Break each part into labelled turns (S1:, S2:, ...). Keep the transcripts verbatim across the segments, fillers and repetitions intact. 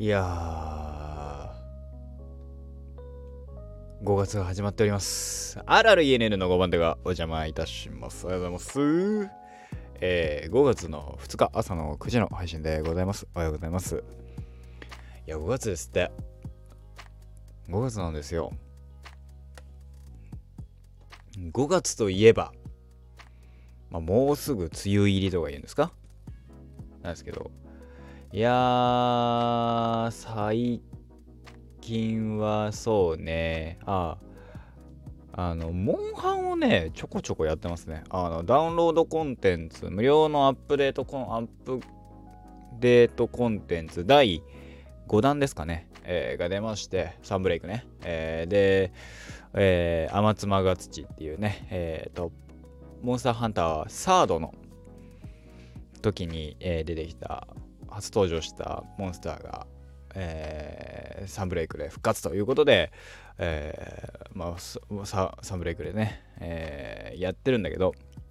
S1: いやー、ごがつが始まっております。あるある イーエヌエヌ のごばん手がお邪魔いたします。おはようございます。えー、ごがつのふつか朝のくじの配信でございます。おはようございます。いや、ごがつですって。ごがつなんですよ。ごがつといえば、まあ、もうすぐ梅雨入りとか言うんですかなんですけど、いやー、最近はそうね、ああ、あの、モンハンをね、ちょこちょこやってますね。あの、ダウンロードコンテンツ、無料のアップデートコン、アップデートコンテンツだいごだんですかね、えーが出まして、サンブレイクね。えーで、えー、天妻が土っていうね、えーと、モンスターハンターサードの時に、えー出てきた、初登場したモンスターが、えー、サンブレイクで復活ということで、えー、まあササンブレイクでね、えー、やってるんだけど、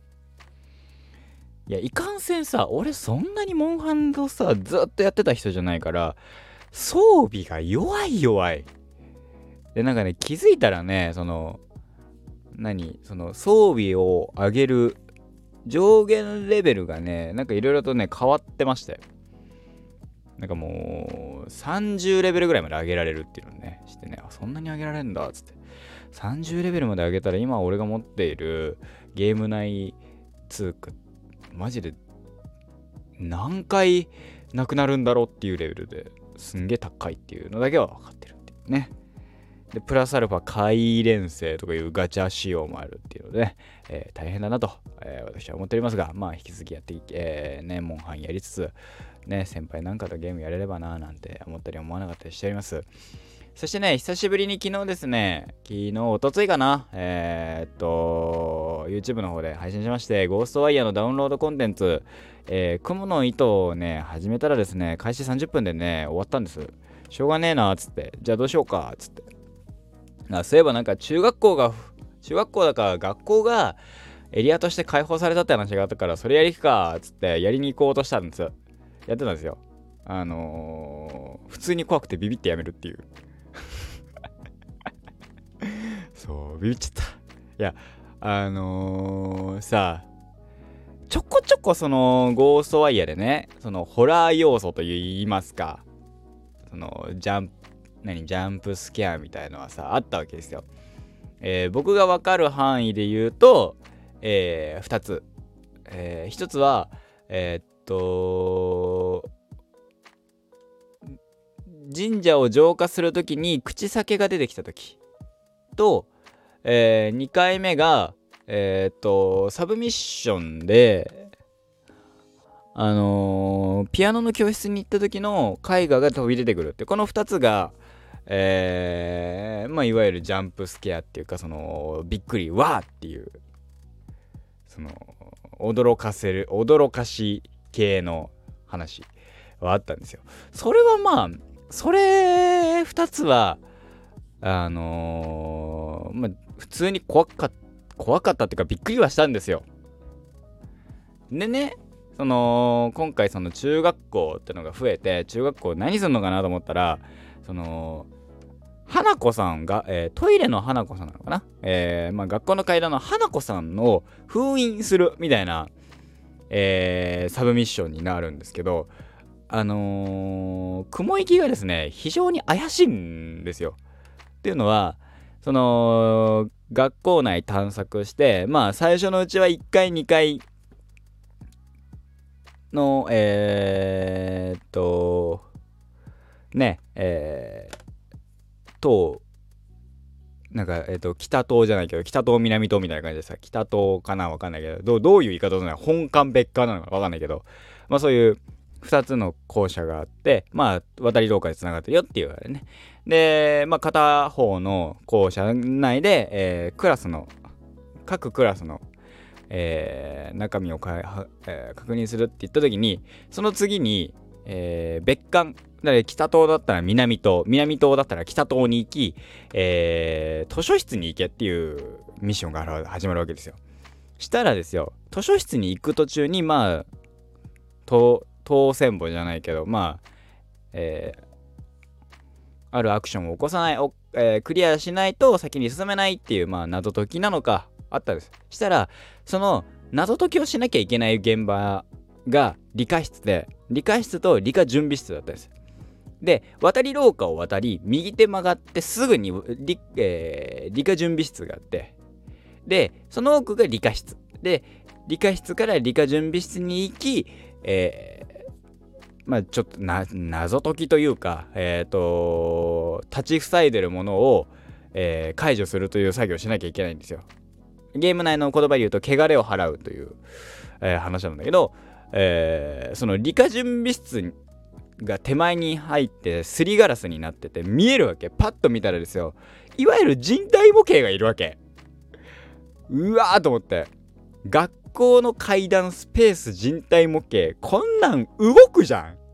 S1: いやいかんせんさ、俺そんなにモンハンドさずっとやってた人じゃないから、装備が弱い弱いで、なんかね、気づいたらね、その何その装備を上げる上限レベルがね、なんかいろいろとね変わってまして、なんかもうさんじゅうレベルぐらいまで上げられるっていうのをねしてね、あ、そんなに上げられるんだっつって、さんじゅうレベルまで上げたら今俺が持っているゲーム内通貨マジで何回なくなるんだろうっていうレベルですんげえ高いっていうのだけは分かってるっていうね。でプラスアルファ回連星とかいうガチャ仕様もあるっていうので、ね、えー大変だなと、えー私は思っておりますが、まあ引き続きやっていけ、えーね、モンハンやりつつね、先輩なんかとゲームやれればなーなんて思ったり思わなかったりしております。そしてね、久しぶりに昨日ですね、昨日、おとついかな、えー、っと、YouTube の方で配信しまして、ゴーストワイヤーのダウンロードコンテンツ、えー、雲の糸をね、始めたらですね、開始さんじゅっぷんでね、終わったんです。しょうがねえなーっつって、じゃあどうしようかーっつって。あ、そういえばなんか中学校が、中学校だから学校がエリアとして開放されたって話があったから、それやりきかーっつってやりに行こうとしたんです。やってたんですよ。あのー、普通に怖くてビビってやめるっていう。そう、ビビっちゃった。いや、あのー、さ、ちょこちょこそのゴーストワイヤーでね、そのホラー要素と言いますか、そのジャンプ、何、ジャンプスキャーみたいのはさ、あったわけですよ。えー僕がわかる範囲で言うと、えー、ふたつ。えー、ひとつは、えーっと、神社を浄化するときに口裂が出てきたときと、えー、にかいめが、えー、っと、サブミッションで、あのーピアノの教室に行った時の絵画が飛び出てくるって、このふたつが、えー、まあいわゆるジャンプスケアっていうか、そのびっくりわーっていう、その驚かせる驚かし系の話はあったんですよ。それはまあ、それふたつはあのーまあ普通に怖か怖かったっていうかびっくりはしたんですよ。でね、その今回その中学校ってのが増えて、中学校何すんのかなと思ったら、その花子さんが、えートイレの花子さんなのかな、えーまあ、学校の階段の花子さんを封印するみたいな、えーサブミッションになるんですけど、あのー雲行きがですね非常に怪しいんですよ。っていうのは、その学校内探索して、まあ最初のうちはいっかいにかいのえー、っとねえー、となんか、えっ、と、北東じゃないけど、北東南東みたいな感じでさ、北東かなわかんないけど、どう、どういう言い方なのか、本館別館なのかわかんないけど、まあそういうふたつの校舎があって、まあ渡り廊下で繋がってるよっていうあれね。で、まあ片方の校舎内で、えークラスの、各クラスの、えー中身をかいは、えー確認するって言った時に、その次に、えー別館、だから北東だったら南東、南東だったら北東に行き、えー図書室に行けっていうミッションが始まるわけですよ。したらですよ、図書室に行く途中に、まあ、当選簿じゃないけど、まあ、えーあるアクションを起こさない、えー、クリアしないと先に進めないっていう、まあ、謎解きなのかあったんです。したらその謎解きをしなきゃいけない現場が理科室で、理科室と理科準備室だったんです。で渡り廊下を渡り右手曲がってすぐに 理,、えー、理科準備室があって、でその奥が理科室で、理科室から理科準備室に行き、えー、まあちょっとな謎解きというか、えっ、ー、と立ち塞いでるものを、えー、解除するという作業をしなきゃいけないんですよ。ゲーム内の言葉で言うと汚れを払うという、えー、話なんだけど、えー、その理科準備室が手前に入ってすりガラスになってて見えるわけ。パッと見たらですよ、いわゆる人体模型がいるわけ。うわーと思って、学校の階段スペース人体模型、こんなん動くじゃん。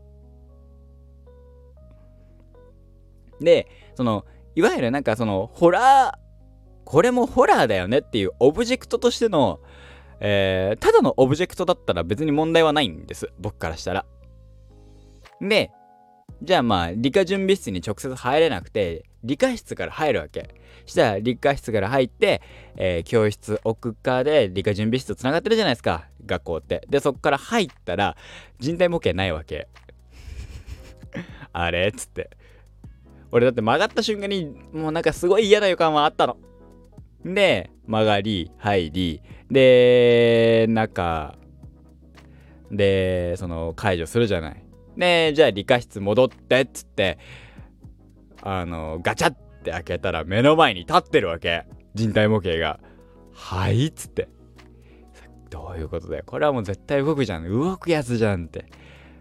S1: でそのいわゆるなんかそのホラー、これもホラーだよねっていうオブジェクトとしての、えー、ただのオブジェクトだったら別に問題はないんです、僕からしたら。でじゃあまあ理科準備室に直接入れなくて理科室から入るわけ。したら理科室から入って、えー、教室奥側で理科準備室とつながってるじゃないですか、学校って。でそっから入ったら人体模型ないわけ。あれっつって、俺だって曲がった瞬間にもうなんかすごい嫌な予感はあったの。で曲がり入りで中でその解除するじゃない。でじゃあ理科室戻ってっつってあのガチャって開けたら目の前に立ってるわけ、人体模型が。はいっつって、どういうことだよ、これはもう絶対動くじゃん、動くやつじゃんって。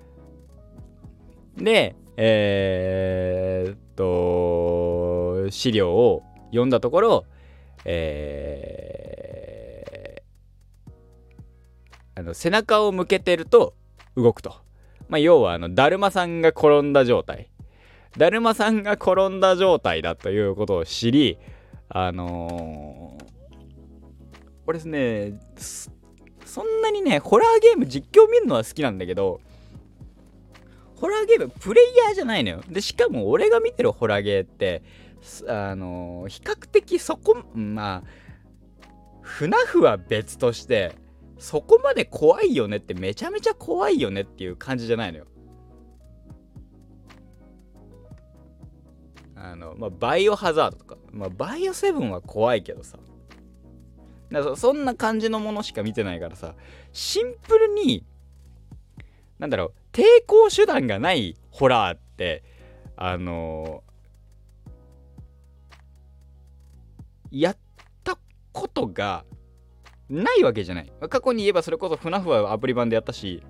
S1: でえー、っと資料を読んだところ、えー、あの背中を向けてると動くと。まあ要はあのだるまさんが転んだ状態、だるまさんが転んだ状態だということを知り、あのー、俺ですね、そんなにねホラーゲーム実況見るのは好きなんだけど、ホラーゲームプレイヤーじゃないのよ。でしかも俺が見てるホラーゲーってあのー、比較的そこまあフナフは別としてそこまで怖いよねって、めちゃめちゃ怖いよねっていう感じじゃないのよ。あのまあバイオハザードとか、まあバイオセブンは怖いけどさ、だから そ, そんな感じのものしか見てないからさ、シンプルになんだろう、抵抗手段がないホラーってあのー、やったことがないわけじゃない。過去に言えばそれこそフナフはアプリ版でやったし、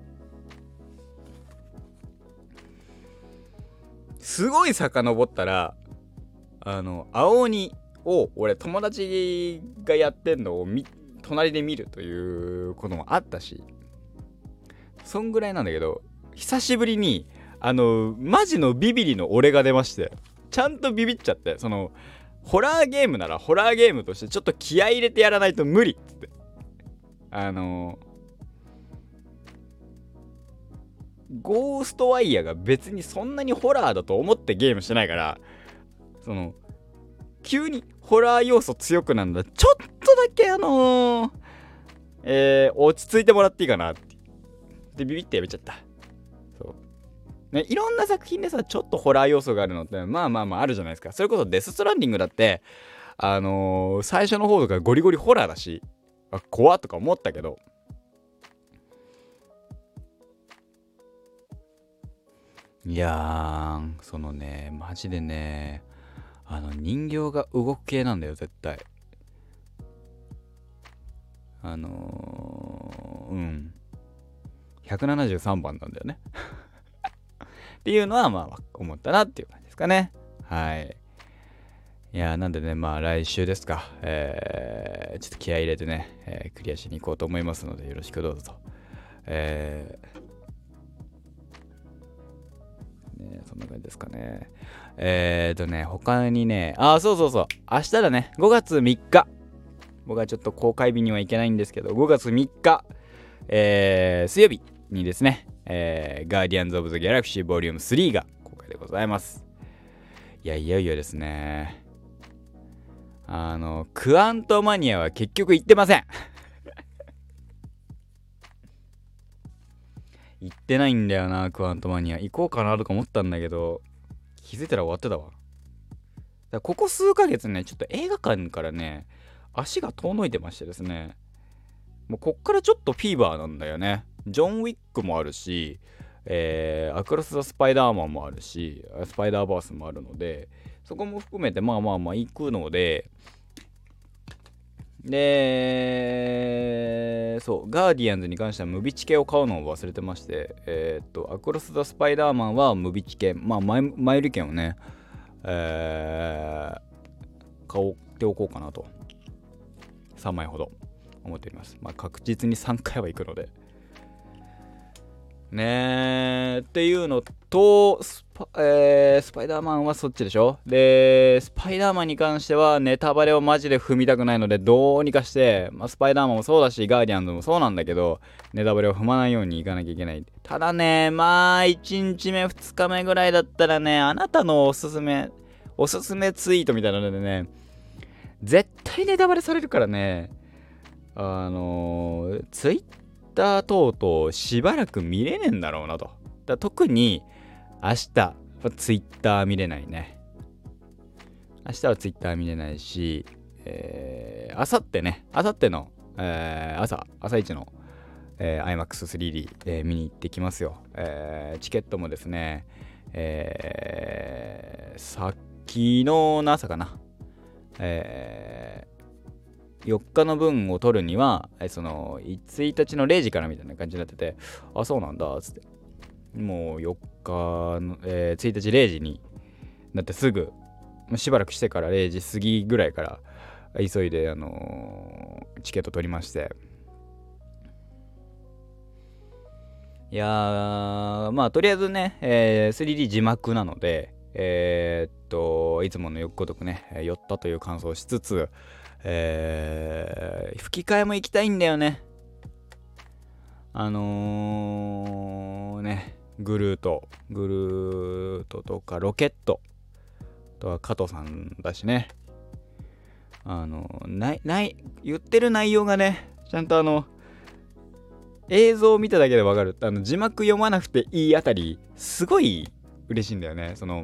S1: すごい遡ったらあの青鬼を俺友達がやってんのを隣で見るということもあったし、そんぐらいなんだけど、久しぶりにあのマジのビビリの俺が出まして、ちゃんとビビっちゃって、そのホラーゲームならホラーゲームとしてちょっと気合い入れてやらないと無理っつって、あのゴーストワイヤーが別にそんなにホラーだと思ってゲームしてないから、その急にホラー要素強くなんだ、ちょっとだけあのー、えー、落ち着いてもらっていいかなってでビビってやめちゃった。そうね、いろんな作品でさちょっとホラー要素があるのってまあまあまああるじゃないですか。それこそデスストランディングだってあのー、最初の方とかゴリゴリホラーだし、あ怖っとか思ったけど、いやーそのねマジでねあの人形が動く系なんだよ絶対。あのー、うんひゃくななじゅうさんばんなんだよねっていうのはまあ思ったなっていう感じですかね。はい。いやなんでねまあ来週ですか、えー、ちょっと気合い入れてね、えー、クリアしに行こうと思いますのでよろしくどうぞと。えーね、そんな感じですかね。えーとね他にねあそうそうそう明日だねごがつみっか、僕はちょっと公開日には行けないんですけどごがつみっか、えー、水曜日にですね、えー、ガーディアンズ・オブ・ザ・ギャラクシーボリュームスリーが公開でございます。 いやいよいよですね。あのクアントマニアは結局行ってません行ってないんだよな。クアントマニア行こうかなとか思ったんだけど、気づいたら終わってたわ。だからここ数ヶ月ね、ちょっと映画館からね足が遠のいてましてですね、もうこっからちょっとフィーバーなんだよね。ジョン・ウィックもあるし、えー、アクロス・ザ・スパイダーマンもあるし、スパイダーバースもあるので、そこも含めてまあまあまあ行くので、で、そう、ガーディアンズに関してはムビチケを買うのを忘れてまして、えー、っと、アクロス・ザ・スパイダーマンはムビチケ、まあ、マイマイル券をね、えー、買っておこうかなと、さんまいほど思っております。まあ、確実にさんかいは行くので。ねーっていうのと、スパ、えー、スパイダーマンはそっちでしょ。で、スパイダーマンに関してはネタバレをマジで踏みたくないので、どうにかして、まあ、スパイダーマンもそうだし、ガーディアンズもそうなんだけど、ネタバレを踏まないようにいかなきゃいけない。ただね、まあ、いちにちめ、ふつかめぐらいだったらね、あなたのおすすめ、おすすめツイートみたいなのでね、絶対ネタバレされるからね、あのー、ツイッター等々しばらく見れねえんだろうなと。だ特に明日ツイッター見れないね。明日はツイッター見れないし、えー、明後日ね、明後日の、えー、朝、朝一の、えー、アイマックススリーディー、えー、見に行ってきますよ。えー、チケットもですね、えー、さっきの朝かな。えーよっかの分を取るには、そのついたちのれいじからみたいな感じになってて、あ、そうなんだっつって、もうよっかの、えー、ついたちれいじになってすぐ、しばらくしてかられいじ過ぎぐらいから急いで、あのー、チケット取りまして、いやー、まあとりあえずね、えー、スリーディー 字幕なので、えー、っといつものよっごとくね寄ったという感想をしつつ、えー、吹き替えも行きたいんだよね。あのー、ね、グルート、グルートとかロケットとは加藤さんだしね。あのー、ない、ない、言ってる内容がね、ちゃんとあの、映像を見ただけでわかる。あの、字幕読まなくていいあたり、すごい嬉しいんだよね。その、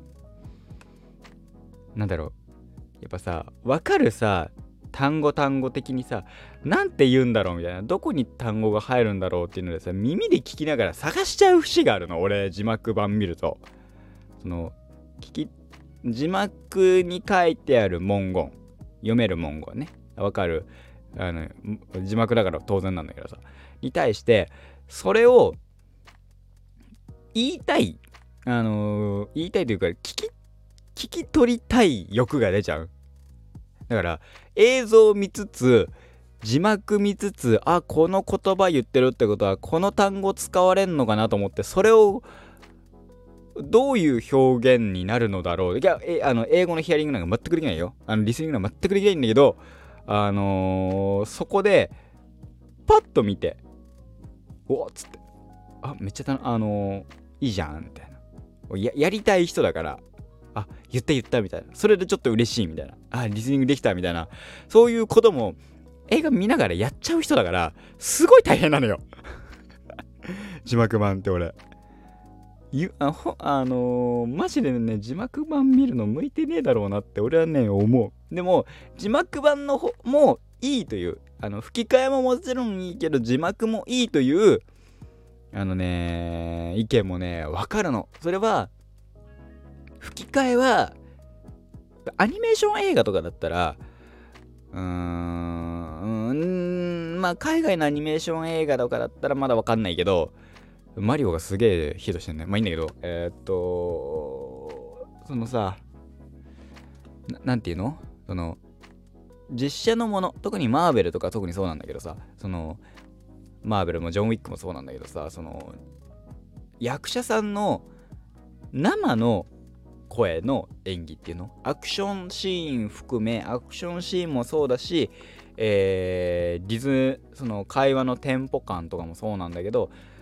S1: なんだろう。やっぱさ、わかるさ、単語単語的にさ、なんて言うんだろうみたいな、どこに単語が入るんだろうっていうのでさ、耳で聞きながら探しちゃう節があるの。俺、字幕版見ると。その、聞き、字幕に書いてある文言、読める文言ね。わかる。あの、字幕だから当然なんだけどさ。に対して、それを、言いたい、あのー、言いたいというか、聞き聞き取りたい欲が出ちゃう。だから映像を見つつ字幕見つつ、あ、この言葉言ってるってことはこの単語使われんのかなと思って、それをどういう表現になるのだろう。いや、えあの英語のヒアリングなんか全くできないよ。あのリスニングなんか全くできないんだけど、あのー、そこでパッと見て、おっつって、あ、めっちゃたあのー、いいじゃんみたいな。や、やりたい人だから、あ、言った言ったみたいな、それでちょっと嬉しいみたいな、あ、リスニングできたみたいな、そういうことも映画見ながらやっちゃう人だから、すごい大変なのよ字幕版って俺ゆあほあのー、マジでね、字幕版見るの向いてねえだろうなって俺はね思う。でも字幕版の方もいいという、あの吹き替えももちろんいいけど字幕もいいという、あのね意見もね分かるの。それは吹き替えはアニメーション映画とかだったら、うーん、うーんまあ海外のアニメーション映画とかだったらまだわかんないけど、マリオがすげえヒットしてんね。まあいいんだけど、えー、っとそのさな、なんていうの、その実写のもの、特にマーベルとか特にそうなんだけどさ、そのマーベルもジョン・ウィックもそうなんだけどさ、その役者さんの生の声の演技っていうの、アクションシーン含め、アクションシーンもそうだし、えー、リズム、その会話のテンポ感とかもそうなんだけど、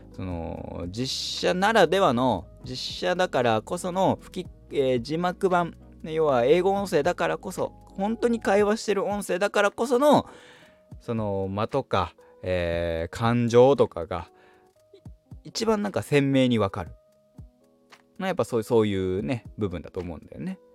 S1: その実写ならではの、実写だからこその吹き、えー字幕版、要は英語音声だからこそ、本当に会話してる音声だからこそのその間とか、えー感情とかが一番なんか鮮明にわかる。まあやっぱそう、そういうね部分だと思うんだよね。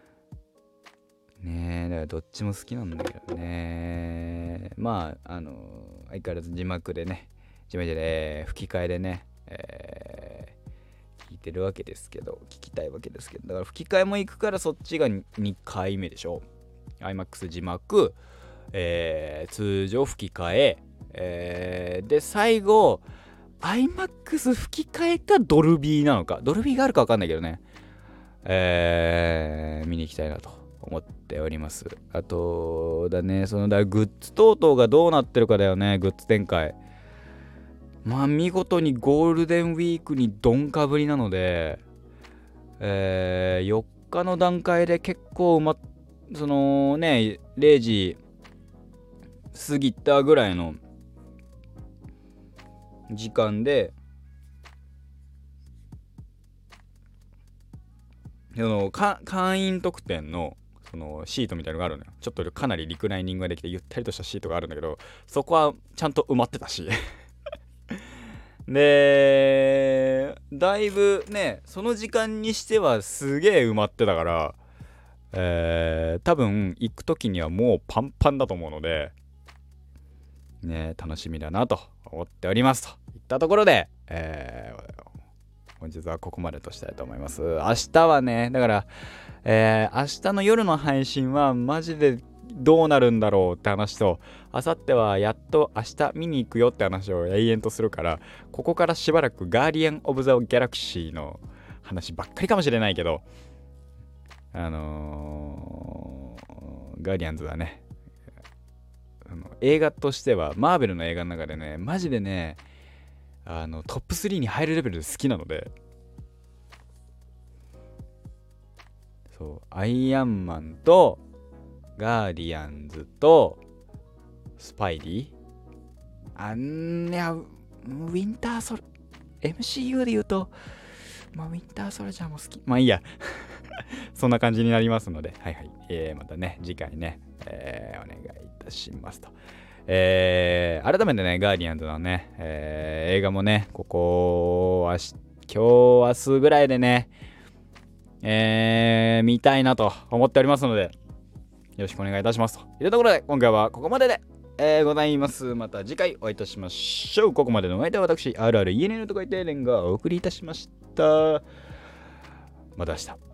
S1: ねえ、だからどっちも好きなんだけどね。まああの相変わらず字幕でね、字幕で、えー吹き替えでね、えー聞いてるわけですけど、聞きたいわけですけど、だから吹き替えも行くからそっちがにかいめでしょ。 アイマックス 字幕、えー通常吹き替え、えーで最後 アイマックス 吹き替えかドルビーなのか、ドルビーがあるか分かんないけどね、えー見に行きたいなと思っております。あとだね、そのだグッズ等々がどうなってるかだよね。グッズ展開、まあ見事にゴールデンウィークにドンかぶりなので、えーよっかの段階で結構埋まっそのねれいじ過ぎたぐらいの時間で、そのか会員特典のそのシートみたいなのがあるのよ。ちょっとかなりリクライニングができてゆったりとしたシートがあるんだけど、そこはちゃんと埋まってたしでだいぶねその時間にしてはすげえ埋まってたから、えー多分行く時にはもうパンパンだと思うのでね、楽しみだなと思っておりますといったところで、えー本日はここまでとしたいと思います。明日はね、だから、えー明日の夜の配信はマジでどうなるんだろうって話と、明後日はやっと明日見に行くよって話を永遠とするから、ここからしばらくガーディアン・オブ・ザ・ギャラクシーの話ばっかりかもしれないけど、あのーガーディアンズはね、あの映画としてはマーベルの映画の中でね、マジでね、あのトップスリーに入るレベルで好きなので、そうアイアンマンとガーディアンズとスパイリー、あんやウィンターソル エムシーユー で言うと、まあ、ウィンターソルジャーも好き、まあいいやそんな感じになりますので、はいはい、えー、またね次回ね、えー、お願いいたしますと。えー、改めてねガーディアンズのね、えー、映画もねここ明日今日明日ぐらいでね、えー、見たいなと思っておりますので、よろしくお願いいたしますといったところで、今回はここまでで、えー、ございます。また次回お会いいたしましょう。ここまでのお相手は私 アールアールイーエヌエヌ と書いてレンがお送りいたしました。また明日。